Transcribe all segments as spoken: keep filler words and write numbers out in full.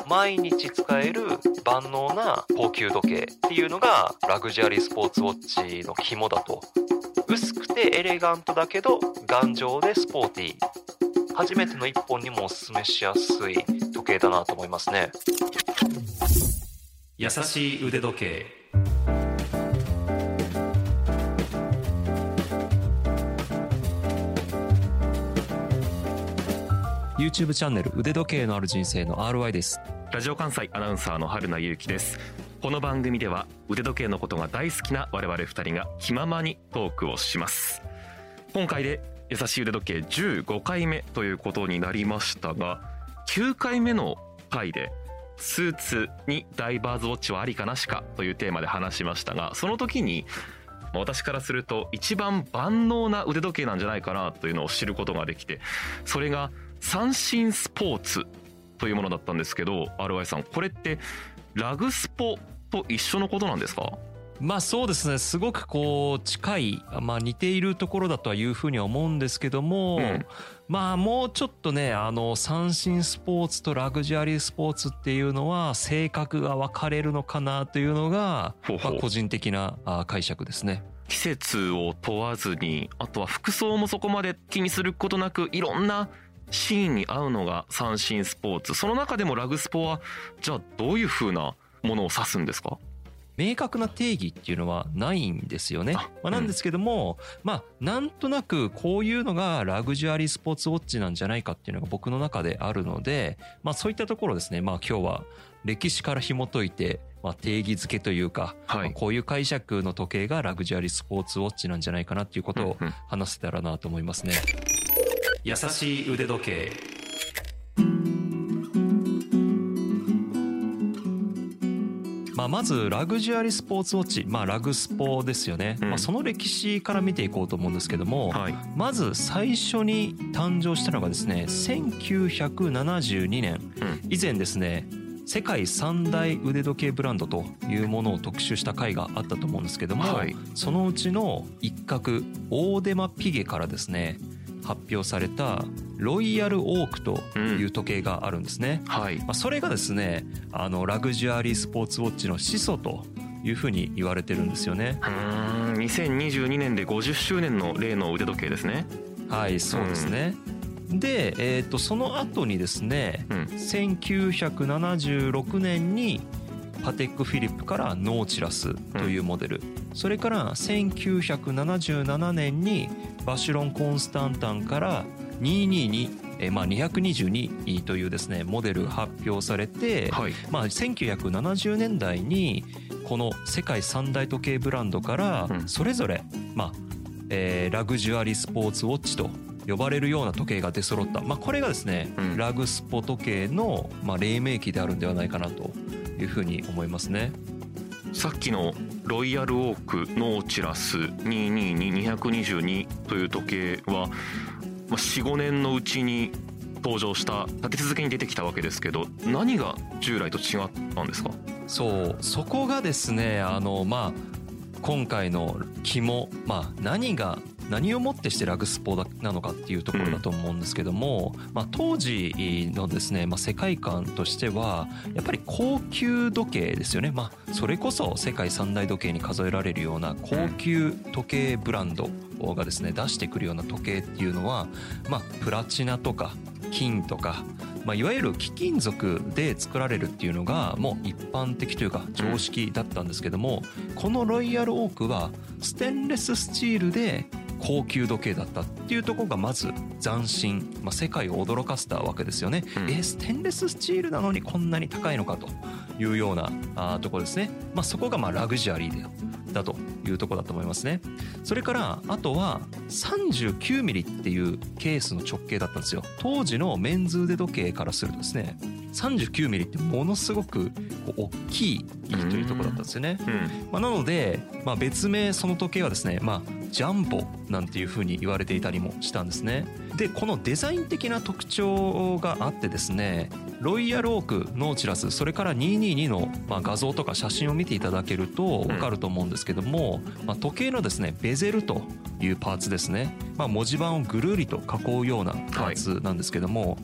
毎日使える万能な高級時計っていうのがラグジュアリースポーツウォッチの肝だと。薄くてエレガントだけど頑丈でスポーティー、初めての一本にもおすすめしやすい時計だなと思いますね。 優しい腕時計。YouTube チャンネル腕時計のある人生の アールワイ です。 ラジオ関西アナウンサーの春名優紀です。この番組では腕時計のことが大好きな我々ふたりが気ままにトークをします。今回で優しい腕時計じゅうごかいめということになりましたが、きゅうかいめの回でスーツにダイバーズウォッチはありかなしかというテーマで話しましたが、その時に私からすると一番万能な腕時計なんじゃないかなというのを知ることができて、それがサンシンスポーツというものだったんですけど、 アールワイ さん、これってラグスポと一緒のことなんですか？ まあそうですね、すごくこう近い、まあ似ているところだとはいうふうには思うんですけども、うん、まあもうちょっとね、あのサンシンスポーツとラグジュアリースポーツっていうのは性格が分かれるのかなというのが、 ほうほう、 まあ個人的な解釈ですね。 季節を問わずに、あとは服装もそこまで気にすることなく、いろんなシーンに合うのがサンシンスポーツ。その中でもラグスポはじゃあどういう風なものを指すんですか？ 明確な定義っていうのはないんですよね。まあ、なんですけども、うん、まあなんとなくこういうのがラグジュアリースポーツウォッチなんじゃないかっていうのが僕の中であるので、まあそういったところですね、まあ今日は歴史から紐解いて、まあ定義づけというか、はい、まあ、こういう解釈の時計がラグジュアリースポーツウォッチなんじゃないかなっていうことを話せたらなと思いますね。 優しい腕時計。 まあ、まずラグジュアリースポーツウォッチ、まあ、ラグスポですよね、うん、まあ、その歴史から見ていこうと思うんですけども、はい、まず最初に誕生したのがですねせんきゅうひゃくななじゅうにねん、うん、以前ですね世界三大腕時計ブランドというものを特集した回があったと思うんですけども、はい、そのうちの一角オーデマピゲからですね発表されたロイヤルオークという時計があるんですね、うん、はい、まあ、それがですねあのラグジュアリースポーツウォッチの始祖というふうに言われてるんですよね。 うーん、にせんにじゅうにねんでごじゅっしゅうねんの例の腕時計ですね。 はい、そうですね、うん、で、えー、とその後にですね、うん、せんきゅうひゃくななじゅうろくねんにパテックフィリップからノーチラスというモデル、うん、それからせんきゅうひゃくななじゅうななねんにバシュロン・コンスタンタンからにひゃくにじゅうに、えーまあ、にひゃくにじゅうにというですねモデルが発表されて、はい、まあ、せんきゅうひゃくななじゅうねんだいにこの世界三大時計ブランドからそれぞれ、まあえー、ラグジュアリースポーツウォッチと呼ばれるような時計が出揃った、まあ、これがですね、うん、ラグスポ時計の、まあ、黎明期であるんではないかなというふうに思いますね。 さっきのロイヤルオーク、ノーチラス、にひゃくにじゅうに、にひゃくにじゅうにという時計は、まあ、よん、ごねんのうちに登場した立て続けに出てきたわけですけど、何が従来と違ったんですか？ そうそこがですねあの、まあ、今回の肝、まあ、何が何をもってしてラグスポなのかっていうところだと思うんですけども、うん、まあ、当時のですね、まあ、世界観としてはやっぱり高級時計ですよね、まあ、それこそ世界三大時計に数えられるような高級時計ブランドがですね出してくるような時計っていうのは、まあ、プラチナとか金とか、まあ、いわゆる貴金属で作られるっていうのがもう一般的というか常識だったんですけども、このロイヤルオークはステンレススチールで高級時計だったっていうところがまず斬新、まあ、世界を驚かせたわけですよね、うん、えステンレススチールなのにこんなに高いのかというようなあところですね、まあ、そこがまあラグジュアリーだだというところだと思いますね。それからあとは さんじゅうきゅうミリ っていうケースの直径だったんですよ。当時のメンズ腕時計からするとですね さんじゅうきゅうミリ ってものすごく大きいというところだったんですよね、うんうん、まあ、なので、まあ、別名その時計はですね、まあ、ジャンボなんていう風に言われていたりもしたんですね。でこのデザイン的な特徴があってですね、ロイヤルオーク、ノーチラス、それからにひゃくにじゅうにのまあ画像とか写真を見ていただけると分かると思うんですけども、まあ、時計のですねベゼルというパーツですね、まあ、文字盤をぐるりと囲うようなパーツなんですけども、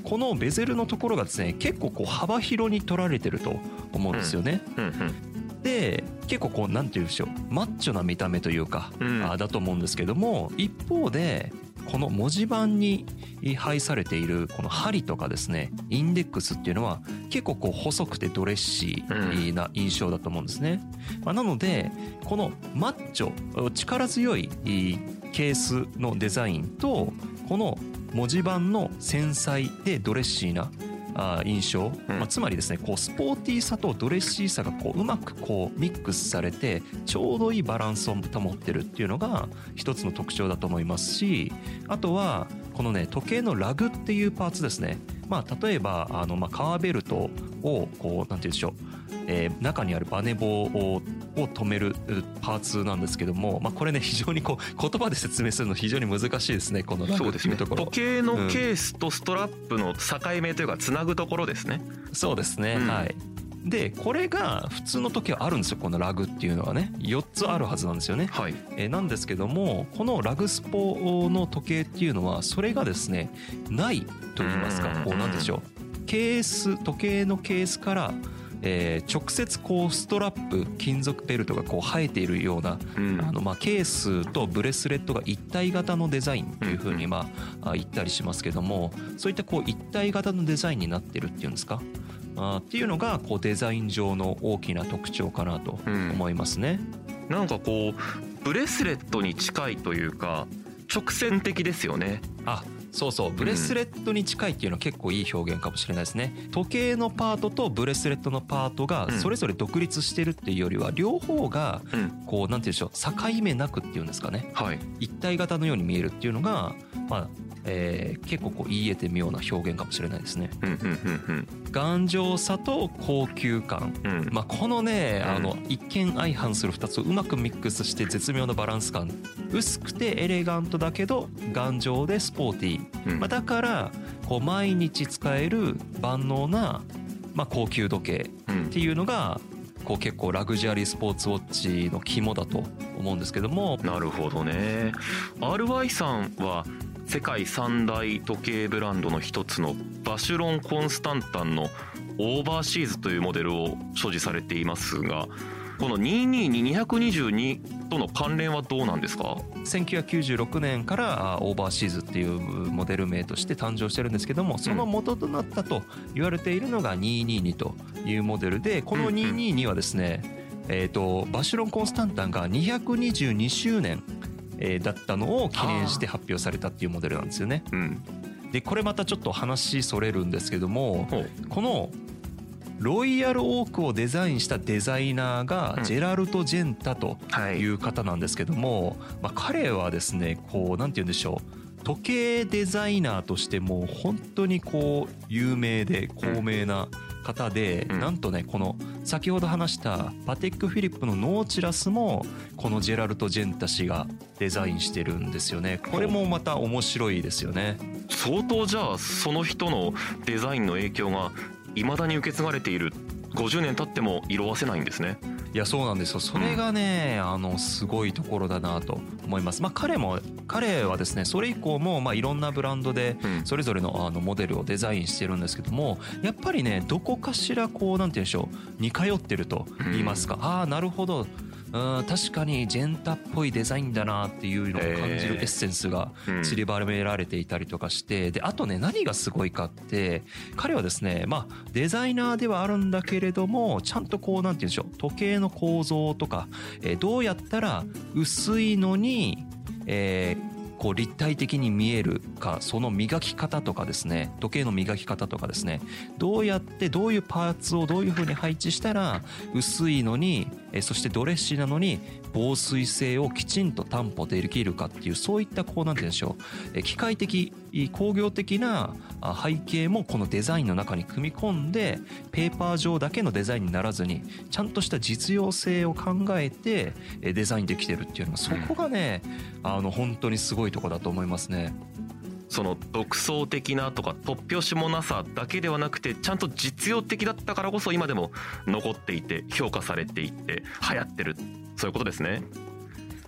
このベゼルのところがですね結構こう幅広に取られてると思うんですよね。 うんうんで結構こうなんて言うんでしょうマッチョな見た目というか、うん、あだと思うんですけども、一方でこの文字盤に配されているこの針とかですねインデックスっていうのは結構こう細くてドレッシーな印象だと思うんですね。まあ、なのでこのマッチョ力強いケースのデザインとこの文字盤の繊細でドレッシーなあ印象、まあ、つまりですねこうスポーティーさとドレッシーさがこううまくこうミックスされてちょうどいいバランスを保ってるっていうのが一つの特徴だと思いますし、あとはこのね時計のラグっていうパーツですね。まあ例えばあのまあ革ベルトをこうなんて言うんでしょう、えー、中にあるバネ棒をを止めるパーツなんですけども、まあ、これね非常にこう言葉で説明するの非常に難しいですねこのラグっていうところ。 時計のケースとストラップの境目というかつなぐところですね。 そうですね、うん、はい。でこれが普通の時計はあるんですよこのラグっていうのはねよっつあるはずなんですよね、はい。えー、なんですけどもこのラグスポの時計っていうのはそれがですねないと言いますか、こうなんでしょうケース時計のケースからえー、直接こうストラップ金属ベルトがこう生えているような、うん、あのまあケースとブレスレットが一体型のデザインっていうふうにまあ言ったりしますけども、そういったこう一体型のデザインになってるっていうんですか、あっていうのがこうデザイン上の大きな特徴かなと思いますね、 うん、なんかこうブレスレットに近いというか直線的ですよね。 あ、そうそう、ブレスレットに近いっていうのは結構いい表現かもしれないですね。時計のパートとブレスレットのパートがそれぞれ独立してるっていうよりは両方がこうなんて言うんでしょう境目なくっていうんですかね、はい、一体型のように見えるっていうのがまあえー、結構こう言い得て妙な表現かもしれないですね。頑丈さと高級感、うん、まあ、このね、うん、あの一見相反するふたつをうまくミックスして絶妙なバランス感、薄くてエレガントだけど頑丈でスポーティー、うん、まあ、だからこう毎日使える万能な、まあ、高級時計っていうのが、こう結構ラグジュアリースポーツウォッチの肝だと思うんですけども。 なるほどね。 アールワイ さんは世界三大時計ブランドの一つのバシュロン・コンスタンタンのオーバーシーズというモデルを所持されていますが、このにひゃくにじゅうに、にひゃくにじゅうにとの関連はどうなんですか？ せんきゅうひゃくきゅうじゅうろくねんからオーバーシーズっていうモデル名として誕生してるんですけども、その元となったと言われているのがにひゃくにじゅうにというモデルで、このにひゃくにじゅうにはですね、えーとバシュロン・コンスタンタンがにひゃくにじゅうにしゅうねんだったのを記念して発表されたっていうモデルなんですよね、うん、でこれまたちょっと話それるんですけども、このロイヤルオークをデザインしたデザイナーがジェラルト・ジェンタという方なんですけども、まあ、彼はですねこうなんて言うんでしょう、時計デザイナーとしても本当にこう有名で高名な方で、なんとねこの先ほど話したパテック・フィリップのノーチラスもこのジェラルト・ジェンタ氏がデザインしてるんですよね。これもまた面白いですよね。 相当じゃあその人のデザインの影響が未だに受け継がれている、ごじゅうねん経っても色褪せないんですね。 いやそうなんですよ。それがね、うん、あのすごいところだなと思います。まあ彼も彼はですねそれ以降もまあいろんなブランドでそれぞれのあのモデルをデザインしてるんですけども、やっぱりねどこかしらこうなんて言うんでしょう、似通ってると言いますか、うん、ああなるほど、うん確かにジェンタっぽいデザインだなっていうのを感じるエッセンスが散りばめられていたりとかして、であとね何がすごいかって彼はですねまあデザイナーではあるんだけれどもちゃんとこうなんて言うんでしょう、時計の構造とか、えー、どうやったら薄いのに、えーこう立体的に見えるか、その磨き方とかですね、時計の磨き方とかですね、どうやってどういうパーツをどういう風に配置したら薄いのにえそしてドレッシーなのに防水性をきちんと担保できるかっていう、そういったこうなんて言うんでしょう、機械的工業的な背景もこのデザインの中に組み込んで、ペーパー上だけのデザインにならずにちゃんとした実用性を考えてデザインできてるっていうのが、そこがねあの本当にすごいところだと思いますね。 その独創的なとか突拍子もなさだけではなくて、ちゃんと実用的だったからこそ今でも残っていて評価されていて流行ってる、そういうことですね。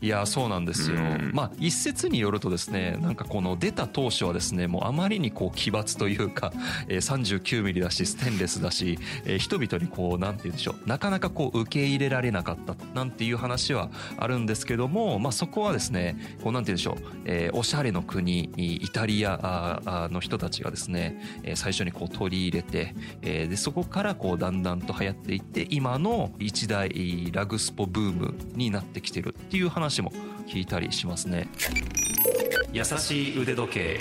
いやそうなんですよ、うん、まあ一説によるとですね、なんかこの出た当初はですね、もうあまりにこう奇抜というか、えー、さんじゅうきゅうミリだしステンレスだし、えー、人々にこうなんて言うんでしょう、なかなかこう受け入れられなかったなんていう話はあるんですけども、まあそこはですね、こうなんて言うんでしょう、えー、おしゃれの国イタリアの人たちがですね、最初にこう取り入れて、えー、でそこからこうだんだんと流行っていって、今の一大ラグスポブームになってきてるっていう話も聞いたりしますね。優しい腕時計。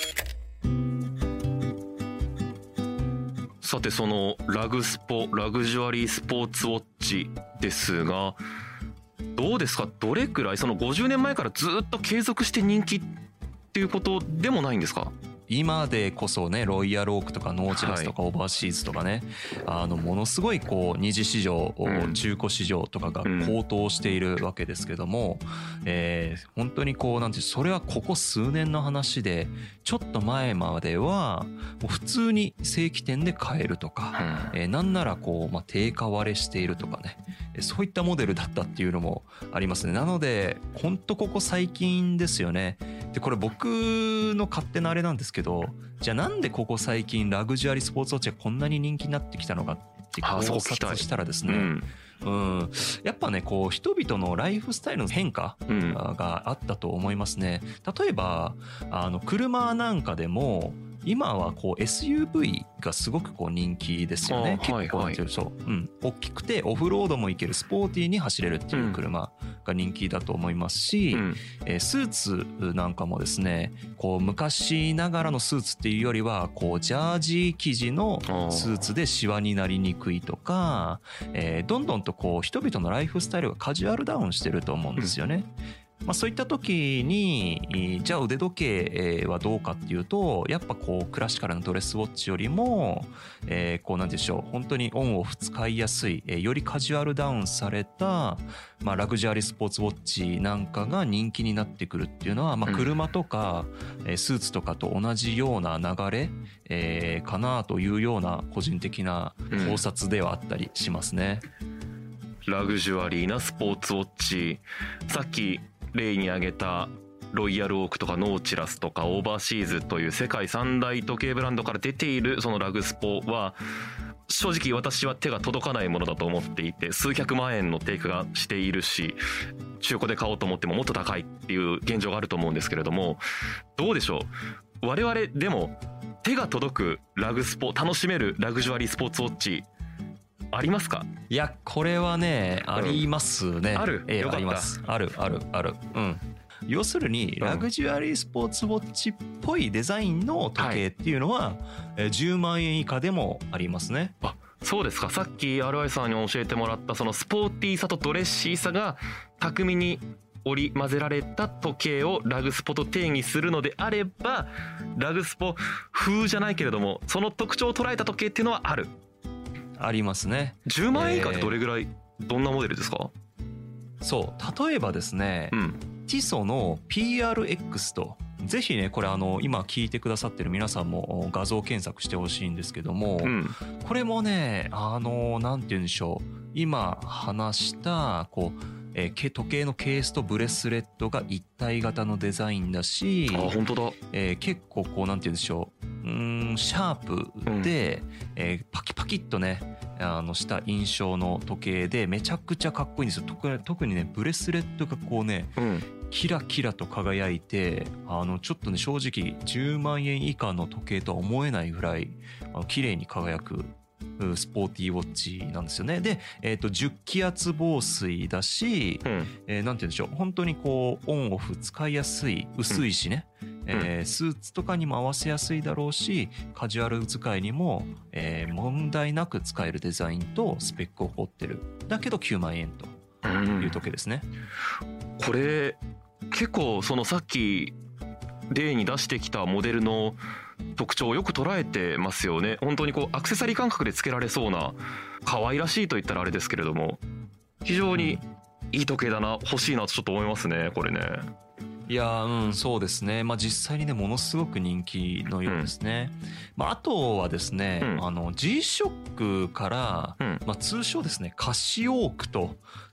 さてそのラグスポ、ラグジュアリースポーツウォッチですが、どうですか、どれくらいそのごじゅうねんまえからずっと継続して人気っていうことでもないんですか？ 今でこそね、ロイヤルオークとかノーチラスとかオーバーシーズとかね、はい、あのものすごいこう二次市場、うん、中古市場とかが高騰しているわけですけども、うん、えー、本当にこうなんていう、それはここ数年の話で、ちょっと前まではもう普通に正規店で買えるとか、うん、えー、なんならこう、まあ、定価割れしているとかね、そういったモデルだったっていうのもありますね。なので本当ここ最近ですよね。でこれ僕の勝手なあれなんですけど、じゃあなんでここ最近ラグジュアリースポーツウォッチがこんなに人気になってきたのかって考察したらですね、うんうん、やっぱねこう人々のライフスタイルの変化があったと思いますね。例えばあの車なんかでも今はこう エスユーブイ がすごくこう人気ですよね。結構、はいはい、そう、うん、大きくてオフロードも行けるスポーティーに走れるっていう車が人気だと思いますし、うん、えー、スーツなんかもですね、こう昔ながらのスーツっていうよりはこうジャージ生地のスーツでシワになりにくいとか、えー、どんどんとこう人々のライフスタイルがカジュアルダウンしてると思うんですよね。うん、まあ、そういった時にじゃあ腕時計はどうかっていうと、やっぱこうクラシカルなドレスウォッチよりも、えー、こうなんでしょう、本当にオンオフ使いやすい、よりカジュアルダウンされた、まあ、ラグジュアリースポーツウォッチなんかが人気になってくるっていうのは、まあ、車とかスーツとかと同じような流れ、えー、かなというような個人的な考察ではあったりしますね。 うん、ラグジュアリーなスポーツウォッチ、さっき例に挙げたロイヤルオークとかノーチラスとかオーバーシーズという世界三大時計ブランドから出ているそのラグスポは、正直私は手が届かないものだと思っていて、数百万円の定価がしているし、中古で買おうと思ってももっと高いっていう現状があると思うんですけれども、どうでしょう、我々でも手が届くラグスポ、楽しめるラグジュアリースポーツウォッチありますか？ いやこれはね、うん、ありますね。 ある、 えー、 よかった。 あります。あるあるある。うん。要するにラグジュアリースポーツウォッチっぽいデザインの時計っていうのは、はい、じゅうまんえん以下でもありますね。 あ、そうですか。さっき アールアイ さんに教えてもらったそのスポーティーさとドレッシーさが巧みに織り交ぜられた時計をラグスポと定義するのであれば、ラグスポ風じゃないけれどもその特徴を捉えた時計っていうのはある。 ありますね。 じゅうまんえん以下ってどれぐらい、えー、どんなモデルですか？ そう例えばですね、うん、ティソの ピーアールエックス と、ぜひねこれあの今聞いてくださってる皆さんも画像検索してほしいんですけども、うん、これもねあのなんて言うんでしょう、今話したこうえー、時計のケースとブレスレットが一体型のデザインだし、 あ本当だ、 えー、結構こうなんて言うんでしょう、うーんシャープで、うん、えー、パキパキっとねあのした印象の時計でめちゃくちゃかっこいいんですよ。特, 特にねブレスレットがこうね、うん、キラキラと輝いて、あのちょっとね正直じゅうまんえん以下の時計とは思えないぐらいあの綺麗に輝くスポーティーウォッチなんですよね。で、えーと、じゅう気圧防水だし、うん、えー、なんて言うんでしょう、本当にこうオンオフ使いやすい、薄いしね、うん、えー、スーツとかにも合わせやすいだろうし、カジュアル使いにも、えー、問題なく使えるデザインとスペックを持ってる。だけどきゅうまんえんという時計ですね。 うん、これ結構そのさっき例に出してきたモデルの特徴をよく捉えてますよね。本当にこうアクセサリー感覚でつけられそうな、可愛らしいと言ったらあれですけれども、非常にいい時計だな、欲しいなとちょっと思いますねこれね。 いやうんそうですね、まあ、実際にねものすごく人気のようですね。うん、まあ、あとはですね、うん、あの G-ショック から、うん、まあ、通称ですねカシオークと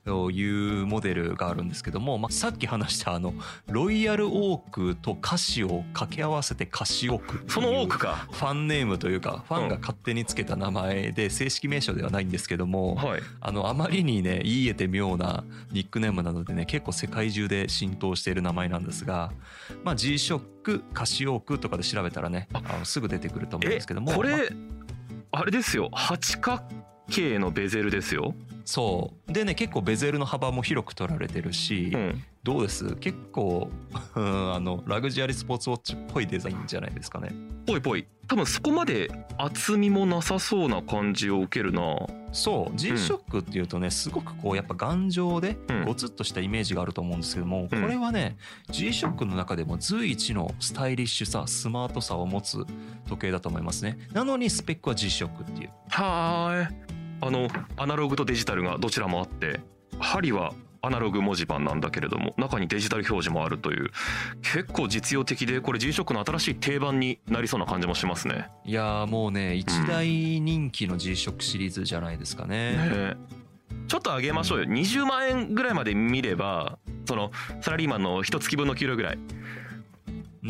いうモデルがあるんですけども、まあ、さっき話したあのロイヤルオークとカシオを掛け合わせてカシオクっていうそのオークかファンネームというかファンが勝手につけた名前で正式名称ではないんですけども、 はい、 あのあまりにね言い得て妙なニックネームなのでね結構世界中で浸透している名前なんですが、まあ、G ショックカシオクとかで調べたらねあのすぐ出てくると思うんですけども、 これ、 まあ、 あれですよ八角形のベゼルですよ。 そうでね結構ベゼルの幅も広く取られてるし、うん、どうです結構あのラグジュアリースポーツウォッチっぽいデザインじゃないですかね。 ぽいぽい。多分そこまで厚みもなさそうな感じを受けるな。 そう G ショックっていうとね、うん、すごくこうやっぱ頑丈でゴツッとしたイメージがあると思うんですけども、うん、これはね G ショックの中でも随一のスタイリッシュさスマートさを持つ時計だと思いますね。なのにスペックは G ショックっていう。 はーい。あのアナログとデジタルがどちらもあって針はアナログ文字盤なんだけれども中にデジタル表示もあるという結構実用的でこれ G ショックの新しい定番になりそうな感じもしますね。 いやもうね一大人気の G ショックシリーズじゃないですかね。 ねちょっと上げましょうよ、うん、にじゅうまんえんぐらいまで見ればそのサラリーマンの一月分の給料ぐらい、 うん、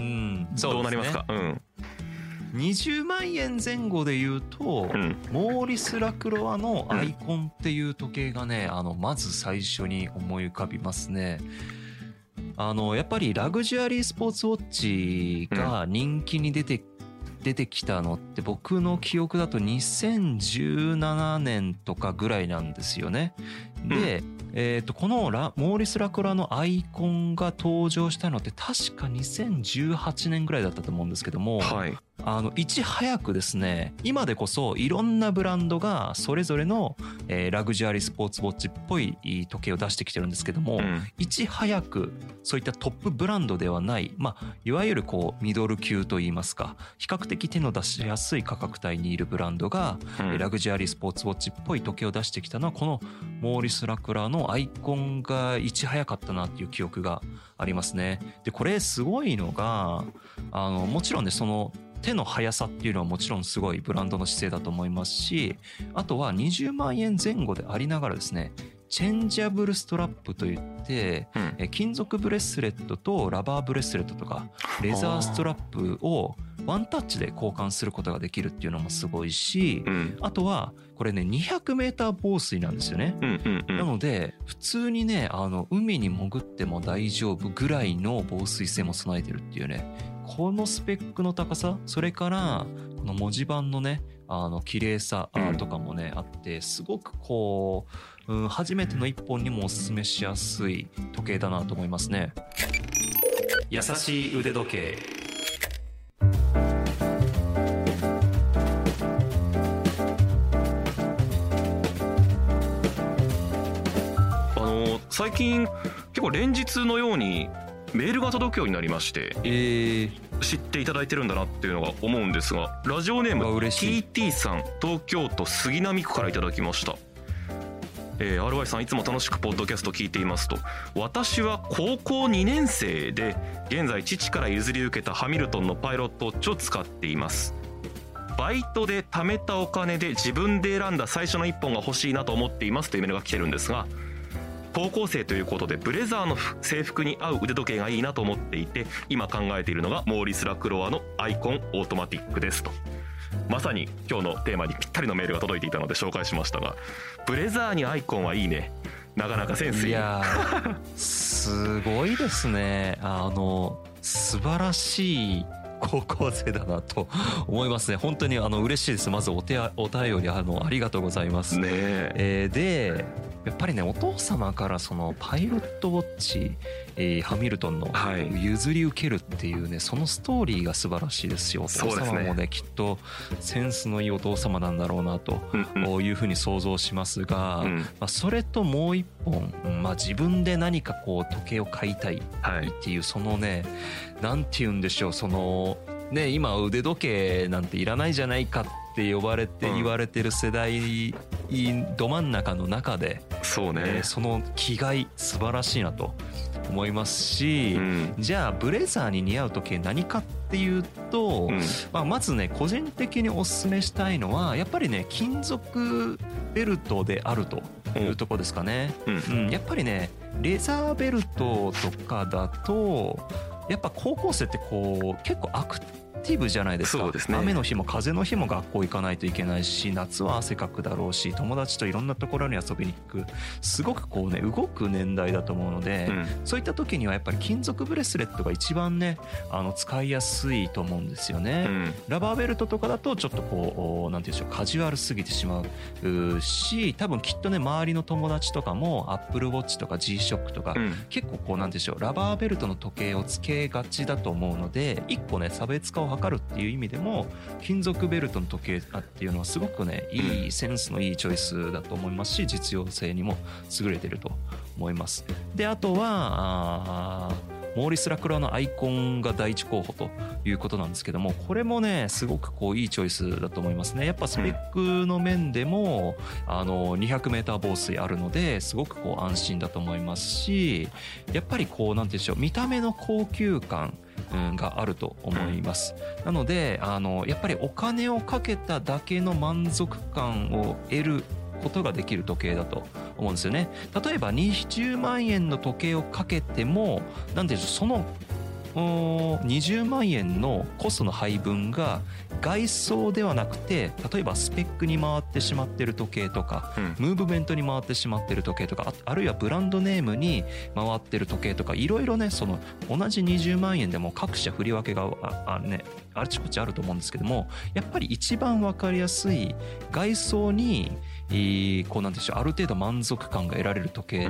そうですね、どうなりますか。うんにじゅうまんえん前後で言うと、うん、モーリス・ラクロワのアイコンっていう時計がね、あのまず最初に思い浮かびますね。あのやっぱりラグジュアリースポーツウォッチが人気に出て、うん、出てきたのって僕の記憶だとにせんじゅうななねんとかぐらいなんですよね。で、うんえー、とこのラモーリス・ラクロワのアイコンが登場したのって確かにせんじゅうはちねんぐらいだったと思うんですけども、はい、あのいち早くですね今でこそいろんなブランドがそれぞれの、えー、ラグジュアリースポーツウォッチっぽい時計を出してきてるんですけども、うん、いち早くそういったトップブランドではない、まあ、いわゆるこうミドル級といいますか比較的手の出しやすい価格帯にいるブランドが、うん、ラグジュアリースポーツウォッチっぽい時計を出してきたのはこのモーリス・ラクロワのアイコンがいち早かったなっていう記憶がありますね。でこれすごいのがあのもちろんねその手の速さっていうのはもちろんすごいブランドの姿勢だと思いますしあとはにじゅうまんえん前後でありながらですねチェンジャブルストラップといって、うん、金属ブレスレットとラバーブレスレットとかレザーストラップをワンタッチで交換することができるっていうのもすごいし、うん、あとはこれねにひゃくメーター防水なんですよね、うんうんうん、なので普通にねあの海に潜っても大丈夫ぐらいの防水性も備えてるっていうねこのスペックの高さそれからこの文字盤のねあの綺麗さとかもね、うん、あってすごくこう、うん、初めての一本にもおすすめしやすい時計だなと思いますね。優しい腕時計。 あの最近結構連日のようにメールが届くようになりまして、えー、知っていただいてるんだなっていうのが思うんですがラジオネーム ティーティー さん東京都杉並区からいただきました。えー、アールワイ さんいつも楽しくポッドキャスト聞いていますと私は高校にねん生で現在父から譲り受けたハミルトンのパイロットウォッチを使っています。バイトで貯めたお金で自分で選んだ最初のいっぽんが欲しいなと思っていますというメールが来てるんですが高校生ということでブレザーの制服に合う腕時計がいいなと思っていて今考えているのがモーリス・ラクロワのアイコンオートマティックですと。まさに今日のテーマにぴったりのメールが届いていたので紹介しましたがブレザーにアイコンはいいね。なかなかセンスいい。いやすごいですね。あの素晴らしい高校生だなと思いますね。本当にあの嬉しいです。まずお手お便りあのありがとうございますね。えー、でやっぱりねお父様からそのパイロットウォッチ、えー、ハミルトンの譲り受けるっていうねそのストーリーが素晴らしいですよ。お父様もねきっとセンスのいいお父様なんだろうなというふうに想像しますが、うんまあ、それともう一本、まあ、自分で何かこう時計を買いたいっていうそのねなんて言うんでしょうそのね今腕時計なんていらないじゃないかって呼ばれて言われてる世代ど真ん中の中でそうね、えー、 その気概素晴らしいなと思いますし、うん、じゃあブレザーに似合う時計何かっていうと、うんまあ、まずね個人的におすすめしたいのはやっぱりね金属ベルトであるというとこですかね、 うんうん、やっぱりねレザーベルトとかだとやっぱ高校生ってこう結構アクティブじゃないですか。 そうですね。 雨の日も風の日も学校行かないといけないし、夏は汗かくだろうし、友達といろんなところに遊びに行く、すごくこうね動く年代だと思うので、うん、そういった時にはやっぱり金属ブレスレットが一番ねあの使いやすいと思うんですよね、うん、ラバーベルトとかだとちょっとこうなんていうんでしょう、カジュアルすぎてしまうし、多分きっとね周りの友達とかもアップルウォッチとか G ショックとか、うん、結構こうなんでしょう、ラバーベルトの時計をつけがちだと思うので、一個ね差別化を図るっていう意味でも金属ベルトの時計っていうのはすごくねいいセンスのいいチョイスだと思いますし、実用性にも優れてると思います。であとはモーリス・ラクロワのアイコンが第一候補ということなんですけども、これもねすごくこういいチョイスだと思いますね。やっぱスペックの面でも、うん、あの にひゃくメーター 防水あるのですごくこう安心だと思いますし、やっぱりこうなんていうんでしょう、見た目の高級感があると思います。なのであのやっぱりお金をかけただけの満足感を得ることができる時計だと思うんですよね。例えばにじゅうまんえんの時計をかけてもなんでしょう、そのにじゅうまんえんのコストの配分が外装ではなくて、例えばスペックに回ってしまっている時計とか、うん、ムーブメントに回ってしまっている時計とか、 あ, あるいはブランドネームに回っている時計とか、いろいろねその同じにじゅうまんえんでも各社振り分けが あ, あ,、ね、あちこちあると思うんですけども、やっぱり一番分かりやすい外装にこうなんでしょう、ある程度満足感が得られる時計って、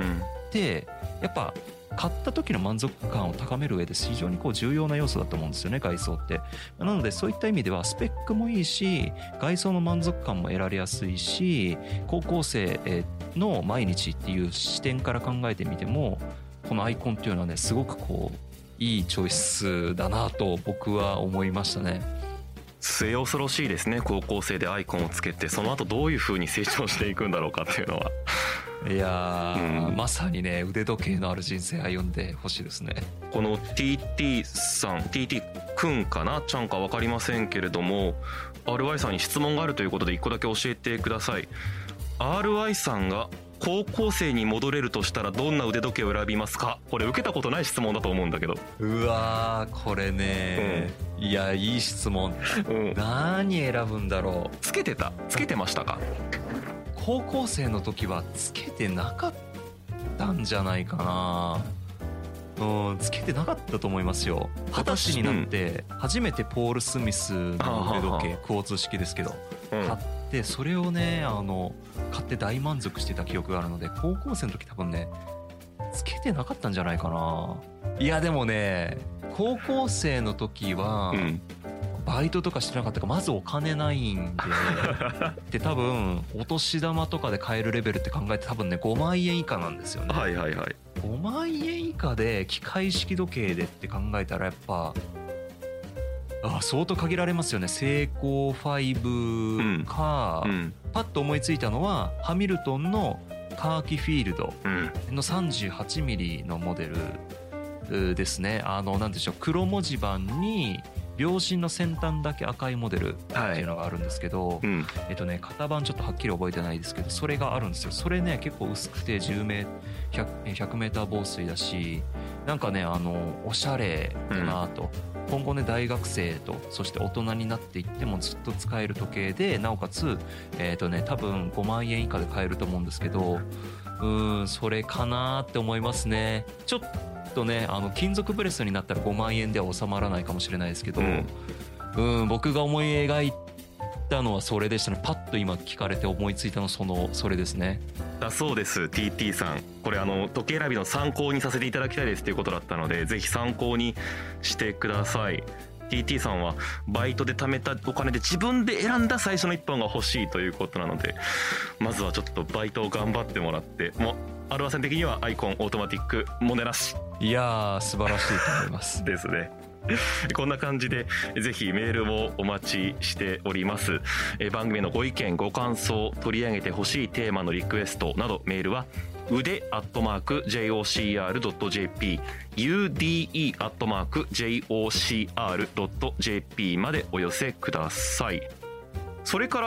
うん、やっぱ買った時の満足感を高める上で非常にこう重要な要素だと思うんですよね、外装って。なのでそういった意味ではスペックもいいし、外装の満足感も得られやすいし、高校生の毎日っていう視点から考えてみてもこのアイコンっていうのはねすごくこういいチョイスだなと僕は思いましたね。 末恐ろしいですね。高校生でアイコンをつけてその後どういう風に成長していくんだろうかっていうのは。 いやー、うん、まさにね腕時計のある人生歩んでほしいですね。 この ティーティー さん ティーティー くんかなちゃんか分かりませんけれども、 アールワイ さんに質問があるということでいっこだけ教えてください。 アールワイ さんが高校生に戻れるとしたらどんな腕時計を選びますか？これ受けたことない質問だと思うんだけど。 うわーこれね、うん、いやいい質問、うん、何選ぶんだろう。 つけてたつけてましたか？ 高校生の時はつけてなかったんじゃないかな。うん、つけてなかったと思いますよ。二十歳になって初めてポール・スミスの腕時計、クォーツ式ですけど、うん、買ってそれをねあの買って大満足してた記憶があるので、高校生の時多分ねつけてなかったんじゃないかな。いやでもね高校生の時は、うん、バイトとかしてなかったからまずお金ないんでで多分お年玉とかで買えるレベルって考えて多分ねごまんえん以下なんですよね。 はいはいはい。 ごまんえん以下で機械式時計でって考えたらやっぱあ相当限られますよね。セイコーファイブか、うんうん、パッと思いついたのはハミルトンのカーキフィールドの さんじゅうはちミリ のモデルですね。あのなんでしょう、黒文字盤に秒針の先端だけ赤いモデルっていうのがあるんですけど、はいうん、えっとね型番ちょっとはっきり覚えてないですけどそれがあるんですよ。それね結構薄くてじゅうメートル、ひゃくメーター防水だし、なんかねあのおしゃれだなと、うん、今後ね大学生とそして大人になっていってもずっと使える時計で、なおかつえっとね多分ごまんえん以下で買えると思うんですけど、うーんそれかなって思いますね。ちょっとねあの金属ブレスになったらごまんえんでは収まらないかもしれないですけど、うん、うん僕が思い描いたのはそれでしたね。パッと今聞かれて思いついたのそのそれですね。 だそうです。 ティーティー さんこれあの時計選びの参考にさせていただきたいですということだったのでぜひ参考にしてください。 ティーティー さんはバイトで貯めたお金で自分で選んだ最初のいっぽんが欲しいということなので、まずはちょっとバイトを頑張ってもらって、もうアールワイさん的にはアイコンオートマティックモネなし。 いやー素晴らしいと思いますですね。こんな感じでぜひメールをお待ちしております。え番組のご意見ご感想、取り上げてほしいテーマのリクエストなどメールは腕アットマーク ジェイオーシーアールドットジェーピー ユーディーイー アットマーク ジェイオーシーアールドットジェーピー までお寄せください。それから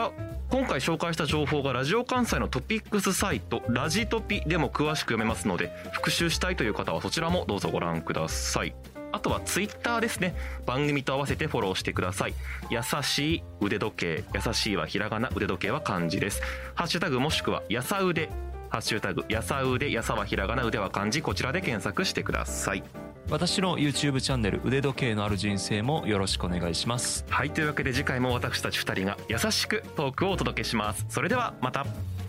今回紹介した情報がラジオ関西のトピックスサイトラジトピでも詳しく読めますので、復習したいという方はそちらもどうぞご覧ください。あとはツイッターですね。番組と合わせてフォローしてください。優しい腕時計、優しいはひらがな、腕時計は漢字です。ハッシュタグもしくはやさうで、ハッシュタグやさうで、やさはひらがな、腕は漢字、こちらで検索してください。 私の YouTube チャンネル腕時計のある人生もよろしくお願いします。 はい、というわけで次回も私たちふたりが優しくトークをお届けします。それではまた。